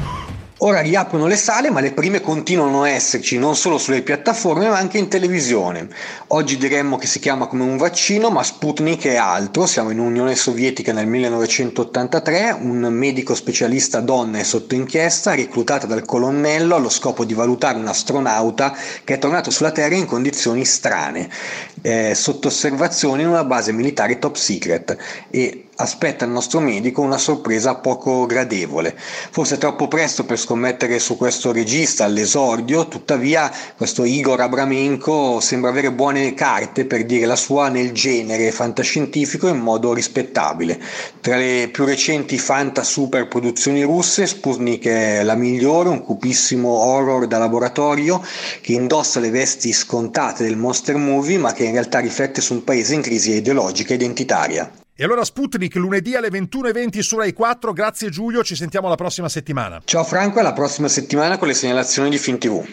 G: Ora riaprono le sale, ma le prime continuano a esserci non solo sulle piattaforme ma anche in televisione. Oggi diremmo che si chiama come un vaccino, ma Sputnik è altro. Siamo in Unione Sovietica nel millenovecentottantatré, un medico specialista donna è sotto inchiesta, reclutata dal colonnello allo scopo di valutare un astronauta che è tornato sulla Terra in condizioni strane, eh, sotto osservazione in una base militare top secret, e aspetta il nostro medico una sorpresa poco gradevole. Forse troppo presto per scommettere su questo regista all'esordio, tuttavia questo Igor Abramenko sembra avere buone carte per dire la sua nel genere fantascientifico in modo rispettabile. Tra le più recenti fanta super produzioni russe, Sputnik è la migliore, un cupissimo horror da laboratorio che indossa le vesti scontate del monster movie ma che in realtà riflette su un paese in crisi ideologica e identitaria.
B: E allora Sputnik lunedì alle ventuno e venti su Rai quattro. Grazie Giulio, ci sentiamo la prossima settimana.
G: Ciao Franco, alla prossima settimana con le segnalazioni di Film tivù.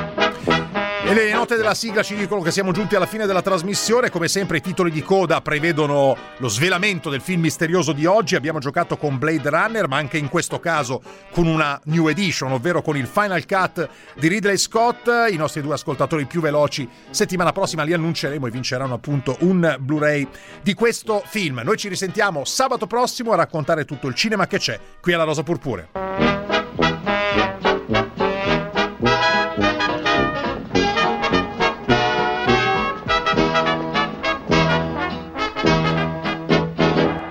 B: E le note della sigla ci dicono che siamo giunti alla fine della trasmissione. Come sempre i titoli di coda prevedono lo svelamento del film misterioso di oggi. Abbiamo giocato con Blade Runner, ma anche in questo caso con una new edition, ovvero con il Final Cut di Ridley Scott. I nostri due ascoltatori più veloci settimana prossima li annunceremo e vinceranno appunto un Blu-ray di questo film. Noi ci risentiamo sabato prossimo a raccontare tutto il cinema che c'è qui alla Rosa Purpure.